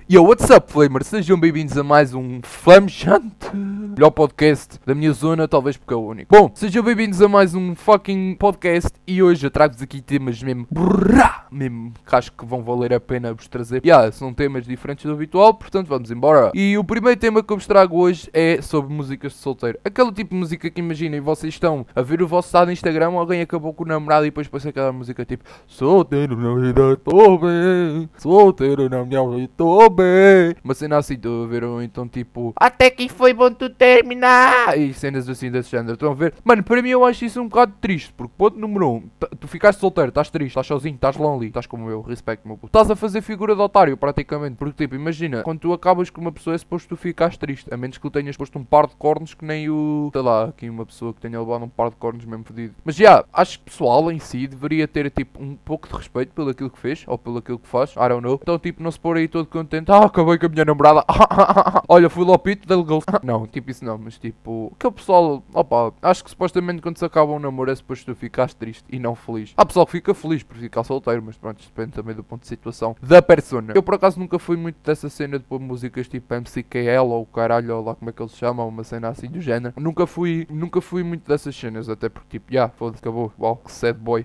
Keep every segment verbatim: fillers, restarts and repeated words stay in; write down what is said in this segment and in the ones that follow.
Yo, what's up, Flamers? Sejam bem-vindos a mais um Flamejante, melhor podcast da minha zona, talvez porque é o único. Bom, sejam bem-vindos a mais um fucking podcast e hoje eu trago-vos aqui temas mesmo brrrá, mesmo que acho que vão valer a pena vos trazer. Yeah, são temas diferentes do habitual, portanto vamos embora. E o primeiro tema que eu vos trago hoje é sobre músicas de solteiro. Aquele tipo de música que imaginem, vocês estão a ver o vosso estado no Instagram, alguém acabou com o namorado e depois põe aquela música tipo solteiro na vida estou bem, solteiro na minha vida estou bem. Uma cena assim, estão a ver? Ou então tipo até que foi bom tu terminar e cenas assim desse género, estão a ver? Mano, para mim eu acho isso um bocado triste, porque ponto número um, tu ficaste solteiro, estás triste, estás sozinho, estás lonely, estás como eu, respeito meu puto. Estás a fazer figura de otário praticamente, porque tipo, imagina, quando tu acabas com uma pessoa é suposto tu ficares triste, a menos que tu tenhas posto um par de cornos que nem o, sei lá, aqui uma pessoa que tenha levado um par de cornos mesmo fedido. Mas já, yeah, acho que o pessoal em si deveria ter tipo um pouco de respeito pelo aquilo que fez, ou pelo aquilo que faz, I don't know. Então tipo, não se pôr aí todo contente, ah, acabei com a minha namorada, olha, fui lá ao pito, dele gol. Não, tipo isso não, mas tipo, aquele pessoal, opa, acho que supostamente quando se acaba um namoro é suposto tu ficares triste e não feliz. Há pessoal que fica feliz por ficar solteiro, mas pronto, isto depende também do ponto de situação da persona. Eu por acaso nunca fui muito dessa cena de pôr músicas tipo M C K L ou caralho, ou lá como é que eles chamam, uma cena assim do género. Nunca fui, nunca fui muito dessas cenas, até porque tipo, já, yeah, foda-se, acabou, uau, que sad boy.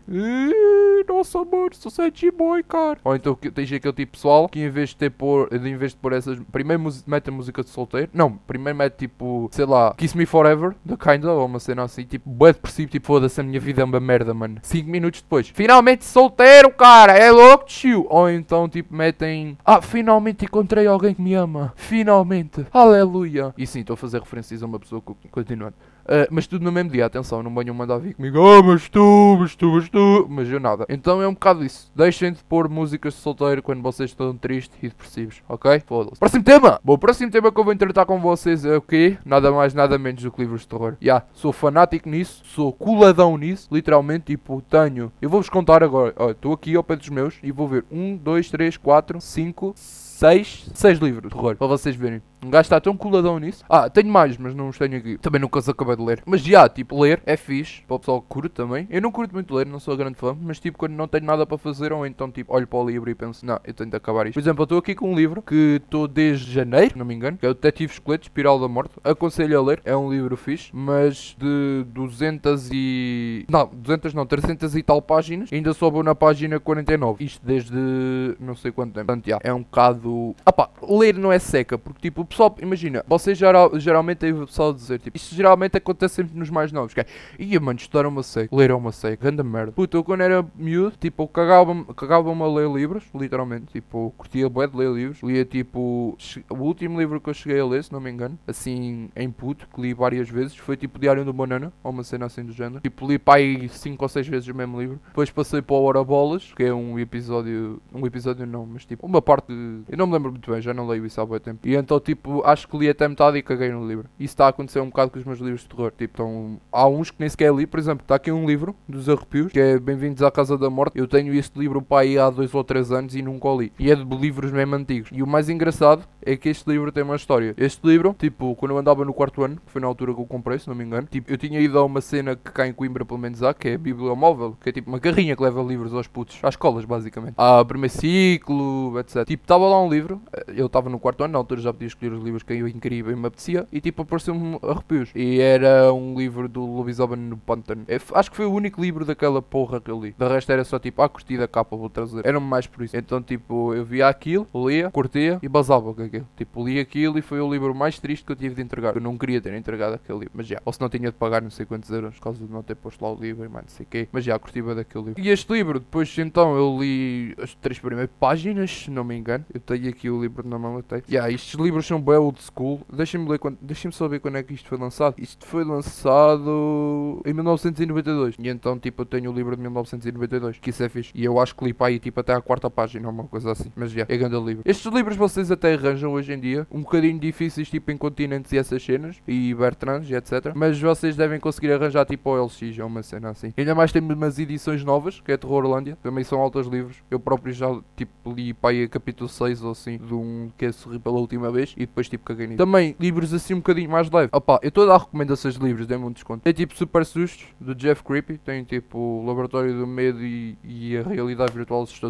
Nossa, mano, sou sad boy, cara. Ou então tens aquele tipo de pessoal que em vez de ter por, de, em vez de pôr essas, primeiro mete a música de solteiro, não, primeiro mete tipo, sei lá, Kiss Me Forever, da Kinda, ou uma cena assim, tipo, bué depressivo, tipo, foda-se, a minha vida é uma merda, mano. cinco minutos depois, finalmente solteiro, cara, é louco, tio. Ou então, tipo, metem, ah, finalmente encontrei alguém que me ama, finalmente, aleluia. E sim, estou a fazer referências a uma pessoa que continua. Uh, mas tudo no mesmo dia, atenção, não venham mandar vir comigo, ah, mas tu, mas tu, mas tu, mas eu nada. Então é um bocado isso, deixem de pôr músicas de solteiro quando vocês estão tristes e depressivos, ok? Foda-se. Próximo tema! Bom, o próximo tema que eu vou tratar com vocês é o quê? Nada mais, nada menos do que livros de terror. Já, yeah, sou fanático nisso, sou coladão nisso, literalmente, tipo, tenho. Eu vou-vos contar agora, olha, estou aqui ao pé dos meus e vou ver um, dois, três, quatro, cinco, seis, seis livros de terror, para vocês verem. Um gajo está tão coladão nisso. Ah, tenho mais, mas não os tenho aqui. Também nunca os acabei de ler. Mas já, yeah, tipo, ler é fixe. Para o pessoal que curte também. Eu não curto muito ler, não sou grande fã. Mas tipo, quando não tenho nada para fazer, ou então tipo, olho para o livro e penso, não, eu tenho de acabar isto. Por exemplo, eu estou aqui com um livro que estou desde janeiro, não me engano, que é o Detetive Esqueleto, Espiral da Morte. Aconselho a ler, é um livro fixe. Mas de duzentas e... Não, duzentas não, trezentas e tal páginas. Ainda só vou na página quarenta e nove. Isto desde não sei quanto tempo. Portanto, yeah, é um bocado... Ah pá, ler não é seca. Porque tipo, o pessoal, imagina, vocês geral, geralmente têm o pessoal a dizer, tipo, isto geralmente acontece sempre nos mais novos, que é, ia mano, estudar é uma seca, ler é uma seca, grande merda. Puta, eu quando era miúdo, tipo, eu cagava-me cagava a ler livros, literalmente, tipo, curtia bué de ler livros, lia tipo, o último livro que eu cheguei a ler, se não me engano, assim, em puto, que li várias vezes, foi tipo Diário do Banana, ou uma cena assim do género, tipo, li para aí cinco ou seis vezes o mesmo livro, depois passei para o Hora Bolas, que é um episódio, um episódio não, mas tipo, uma parte, de, eu não me lembro muito bem, já não leio isso há muito tempo, e então, tipo, acho que li até metade e caguei no livro. Isso está a acontecer um bocado com os meus livros de terror. Tipo, tão... há uns que nem sequer li. Por exemplo, está aqui um livro dos Arrepios, que é Bem-vindos à Casa da Morte. Eu tenho este livro para aí há dois ou três anos e nunca o li. E é de livros mesmo antigos. E o mais engraçado é que este livro tem uma história. Este livro, tipo, quando eu andava no quarto ano, que foi na altura que eu comprei, se não me engano, tipo, eu tinha ido a uma cena que cá em Coimbra pelo menos há, que é a Bibliomóvel, que é tipo uma carrinha que leva livros aos putos, às escolas basicamente. Há primeiro ciclo, etcétera. Tipo, estava lá um livro, eu estava no quarto ano, na altura já podia escolher os livros que eu incrível e me apetecia, e tipo apareceu-me Arrepios. E era um livro do Lobisomem no Pântano. É, acho que foi o único livro daquela porra que eu li. De resto era só tipo, ah, curti da capa, vou trazer. Era-me mais por isso. Então tipo, eu via aquilo, lia, curtia e basava com aquilo. Tipo, li aquilo e foi o livro mais triste que eu tive de entregar. Eu não queria ter entregado aquele livro, mas já. Ou se não tinha de pagar não sei quantos euros por causa de não ter posto lá o livro e mais não sei o quê. Mas já, curti bem daquele livro. E este livro, depois então eu li as três primeiras páginas, se não me engano. Eu tenho aqui o livro na mão, eu tenho. Já, estes livros são bem old school. Deixem-me ler quando... Deixem-me só ver quando é que isto foi lançado. Isto foi lançado em mil novecentos e noventa e dois. E então, tipo, eu tenho o livro de mil novecentos e noventa e dois. Que isso é fixe. E eu acho que li para aí, tipo, até à quarta página ou uma coisa assim. Mas já, é grande livro. Estes livros vocês até arranjam hoje em dia. Um bocadinho difíceis, tipo, em continentes e essas cenas. E Bertrands e etcétera. Mas vocês devem conseguir arranjar, tipo, o L X ou uma cena assim. Ainda mais tem umas edições novas, que é Terrorlândia. Também são altos livros. Eu próprio já, tipo, li para aí a capítulo seis ou assim. De um que é Sorri pela última vez. E depois, tipo, caguei nisso. Também, livros assim um bocadinho mais leve. Opa, eu estou a dar recomendações de livros, dê-me um desconto. Tem tipo Super Sustos, do Jeff Creepy. Tem tipo o Laboratório do Medo e, e a Realidade Virtual Assustador.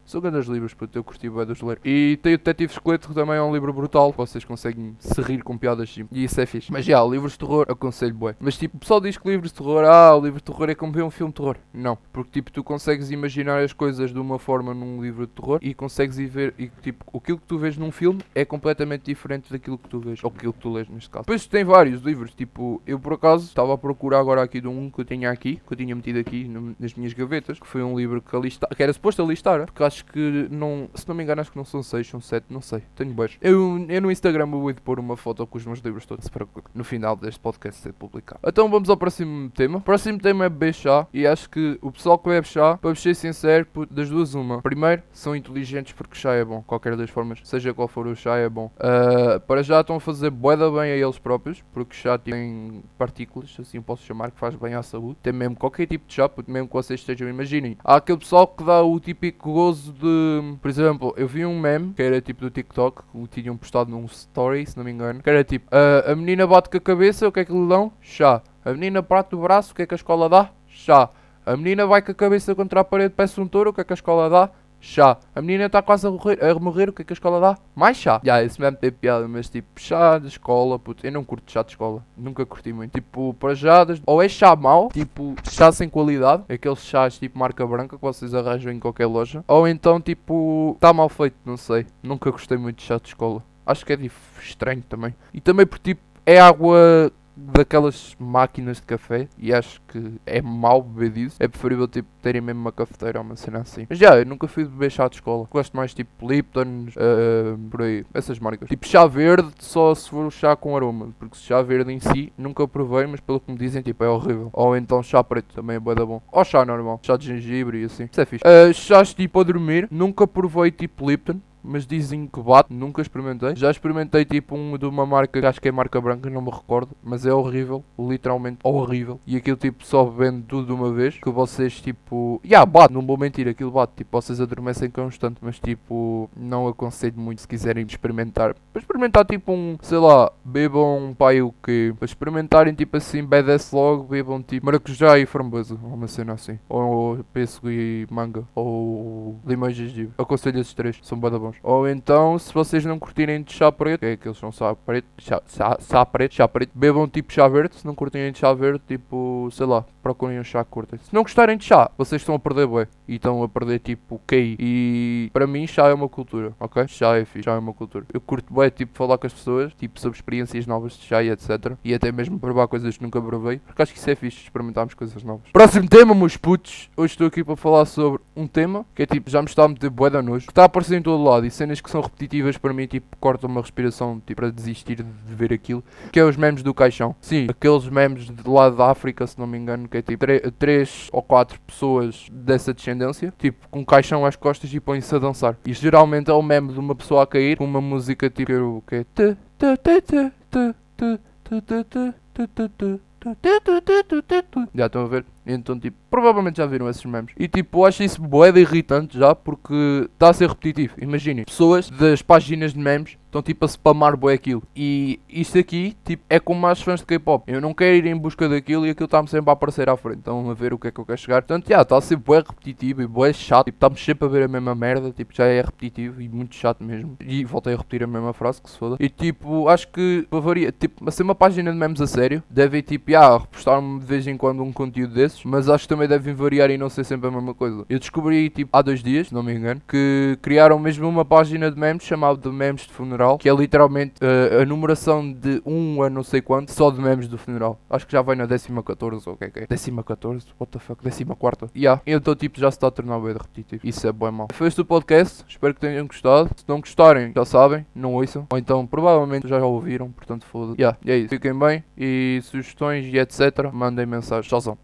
São grandes livros, puto, eu curti bem dos ler. E tem o Detetive Esqueleto, que também é um livro brutal. Vocês conseguem se rir com piadas simples. E isso é fixe. Mas já, livros de terror, aconselho bué. Mas tipo, o pessoal diz que livros de terror, ah, o livro de terror é como ver um filme de terror. Não. Porque tipo, tu consegues imaginar as coisas de uma forma num livro de terror e consegues ir ver, e tipo, aquilo que tu vês num filme é completamente diferente daquilo que tu vês, ou aquilo que tu lês neste caso. Depois tem vários livros, tipo, eu por acaso estava a procurar agora aqui de um que eu tinha aqui, que eu tinha metido aqui no, nas minhas gavetas, que foi um livro que, alista, que era suposto alistar, porque acho que não, se não me engano, acho que não são seis, são sete, não sei, tenho baixo. Eu, eu no Instagram vou de pôr uma foto com os meus livros todos, se preocupe, no final deste podcast ser publicado. Então vamos ao próximo tema. O próximo tema é beber chá, e acho que o pessoal que bebe chá, para ser sincero, das duas uma. Primeiro, são inteligentes porque chá é bom, qualquer das formas, seja qual for o chá é bom. Uh, para já estão a fazer bué da bem a eles próprios, porque chá tem partículas, assim posso chamar, que faz bem à saúde. Tem mesmo qualquer tipo de chá, mesmo que vocês estejam, imaginem. Há aquele pessoal que dá o típico gozo de... Por exemplo, eu vi um meme, que era tipo do TikTok, que tinham postado num story, se não me engano, que era tipo, uh, a menina bate com a cabeça, o que é que lhe dão? Chá. A menina parte o braço, o que é que a escola dá? Chá. A menina vai com a cabeça contra a parede, peça um touro, o que é que a escola dá? Chá. A menina está quase a morrer, a morrer, o que é que a escola dá? Mais chá. Já, yeah, esse mesmo tem piada, mas tipo, chá de escola, puto, eu não curto chá de escola, nunca curti muito. Tipo, para já, ou é chá mau, tipo, chá sem qualidade, aqueles chás tipo marca branca que vocês arranjam em qualquer loja, ou então tipo, está mal feito, não sei. Nunca gostei muito de chá de escola. Acho que é dif- estranho também. E também porque tipo, é água daquelas máquinas de café e acho que é mau beber disso. É preferível tipo terem mesmo uma cafeteira ou uma cena assim. Mas já, eu nunca fui beber chá de escola. Gosto mais tipo Lipton, uh, por aí, essas marcas. Tipo chá verde só se for o chá com aroma, porque chá verde em si nunca provei, mas pelo que me dizem tipo é horrível. Ou então chá preto também é bué da bom. Ou chá normal, chá de gengibre e assim. Isso é fixe. Uh, chás tipo a dormir, nunca provei tipo Lipton, mas dizem que bate, nunca experimentei. Já experimentei tipo um de uma marca que acho que é marca branca, não me recordo, mas é horrível, literalmente horrível. E aquilo tipo só bebendo tudo de uma vez, que vocês tipo, já yeah, bate, não vou mentir, aquilo bate, tipo vocês adormecem constante, mas tipo não aconselho muito se quiserem experimentar. Para experimentar tipo um, sei lá, bebam um pai o quê? Para experimentarem tipo assim, B D S logo, bebam tipo maracujá e framboesa, ou uma cena assim, ou pêssego e manga, ou limão e gengibre. Aconselho esses três, são bué da bons. Ou então, se vocês não curtirem de chá preto, que é que eles são chá preto, chá, chá, chá preto, chá preto, bebam tipo chá verde. Se não curtirem de chá verde, tipo, sei lá, procurem um chá que curtem. Se não gostarem de chá, vocês estão a perder bué. E estão a perder tipo Q I. E para mim chá é uma cultura, ok? Chá é fixe, chá é uma cultura. Eu curto bué tipo falar com as pessoas, tipo sobre experiências novas de chá e etcétera. E até mesmo provar coisas que nunca provei, porque acho que isso é fixe, experimentarmos coisas novas. Próximo tema, meus putos. Hoje estou aqui para falar sobre um tema que é tipo, já me está a meter bué da nojo, que está a aparecer em todo lado. E cenas que são repetitivas para mim, tipo, cortam uma respiração, tipo, para desistir de ver aquilo, que é os memes do caixão. Sim, aqueles memes de lado da África, se não me engano, que é tipo três ou quatro pessoas dessa descendência, tipo, com um caixão às costas e põem-se a dançar. E geralmente é o meme de uma pessoa a cair com uma música tipo, que é já estão a ver? Então, tipo, provavelmente já viram esses memes. E, tipo, eu acho isso bué de irritante já, porque está a ser repetitivo. Imaginem, pessoas das páginas de memes estão, tipo, a spamar bué aquilo. E isto aqui, tipo, é como as fãs de K-pop. Eu não quero ir em busca daquilo e aquilo está-me sempre a aparecer à frente. Estão a ver o que é que eu quero chegar. Portanto, já, está a ser bué repetitivo e bué chato. Tipo, estamos sempre a ver a mesma merda. Tipo, já é repetitivo e muito chato mesmo. E voltei a repetir a mesma frase, que se foda. E, tipo, acho que, para variar, tipo, a ser uma página de memes a sério, deve, tipo, já, repostar-me de vez em quando um conteúdo desses. Mas acho que também devem variar e não ser sempre a mesma coisa. Eu descobri, tipo, há dois dias, se não me engano, que criaram mesmo uma página de memes chamada de Memes de Funeral, que é literalmente uh, a numeração de um a não sei quanto, só de memes do funeral. Acho que já vai na décima catorze, ou o que é que é? Décima catorze? What the fuck? Décima quarta? Yeah. Então, tipo, já se está a tornar bem repetitivo. Isso é bem mau. Foi este o podcast. Espero que tenham gostado. Se não gostarem, já sabem, não ouçam. Ou então, provavelmente já ouviram, portanto, foda-se. Yeah, é isso. Fiquem bem e sugestões e etcétera. Mandem mensagem. Tchauzão.